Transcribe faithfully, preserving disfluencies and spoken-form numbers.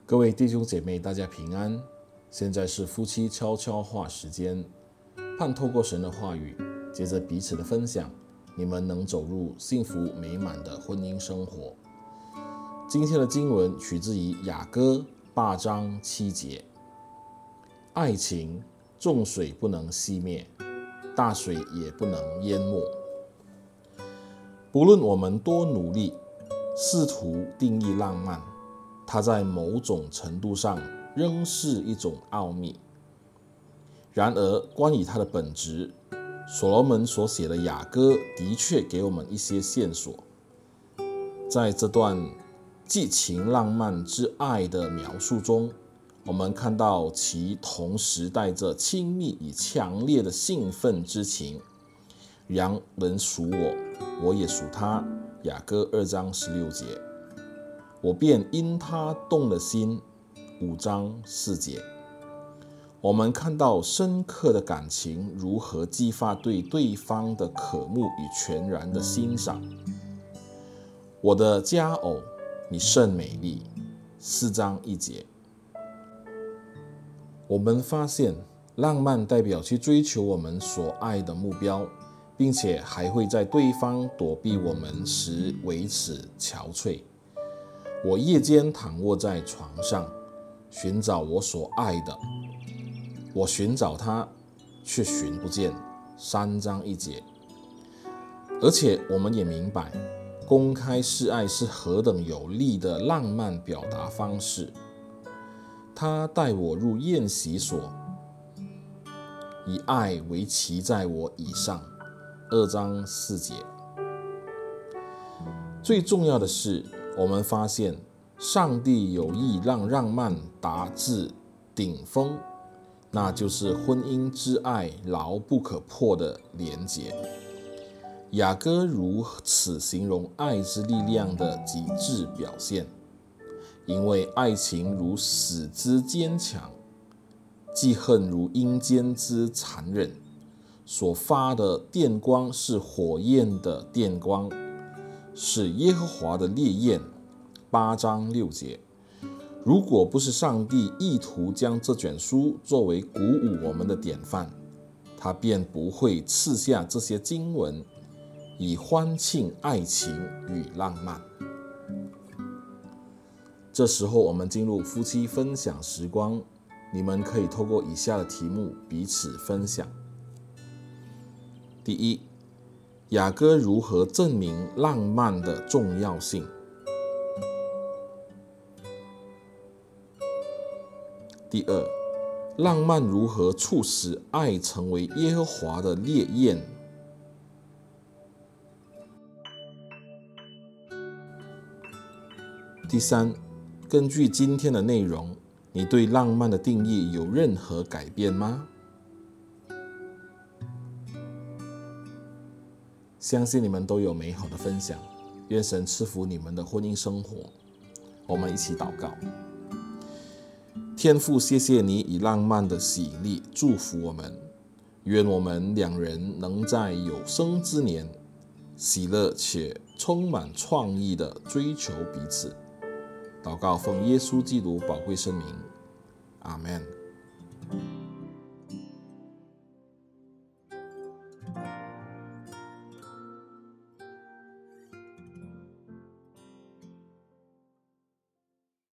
各位弟兄姐妹，大家平安。现在是夫妻悄悄话时间，盼透过神的话语，接着彼此的分享，你们能走入幸福美满的婚姻生活。今天的经文取自于雅歌八章七节。爱情，众水不能熄灭，大水也不能淹没。不论我们多努力，试图定义浪漫，它在某种程度上仍是一种奥秘。然而，关于它的本质，所罗门所写的雅歌的确给我们一些线索。在这段寄情浪漫之爱的描述中，我们看到其同时带着亲密与强烈的兴奋之情。羊人属我，我也属他。雅歌二章十六节。我便因他动了心。五章四节。我们看到深刻的感情如何激发对对方的渴慕与全然的欣赏。我的佳偶，你甚美丽。四章一节。我们发现浪漫代表去追求我们所爱的目标，并且还会在对方躲避我们时为此憔悴。我夜间躺卧在床上，寻找我所爱的，我寻找他，却寻不见。三章一节。而且我们也明白，公开示爱是何等有力的浪漫表达方式。他带我入宴席所，以爱为骑在我以上。二章四节。最重要的是，我们发现上帝有意让浪漫达至顶峰，那就是婚姻之爱牢不可破的连结。雅歌如此形容爱之力量的极致表现，因为爱情如死之坚强，记恨如阴间之残忍，所发的电光是火焰的电光，是耶和华的烈焰。八章六节。如果不是上帝意图将这卷书作为鼓舞我们的典范，他便不会赐下这些经文，以欢庆爱情与浪漫。这时候我们进入夫妻分享时光，你们可以透过以下的题目彼此分享。第一，雅歌如何证明浪漫的重要性？第二，浪漫如何促使爱成为耶和华的烈焰？第三，根据今天的内容，你对浪漫的定义有任何改变吗？相信你们都有美好的分享，愿神赐福你们的婚姻生活。我们一起祷告。天父，谢谢你以浪漫的喜力祝福我们，愿我们两人能在有生之年喜乐且充满创意地追求彼此。祷告奉耶稣基督宝贵圣名，阿们。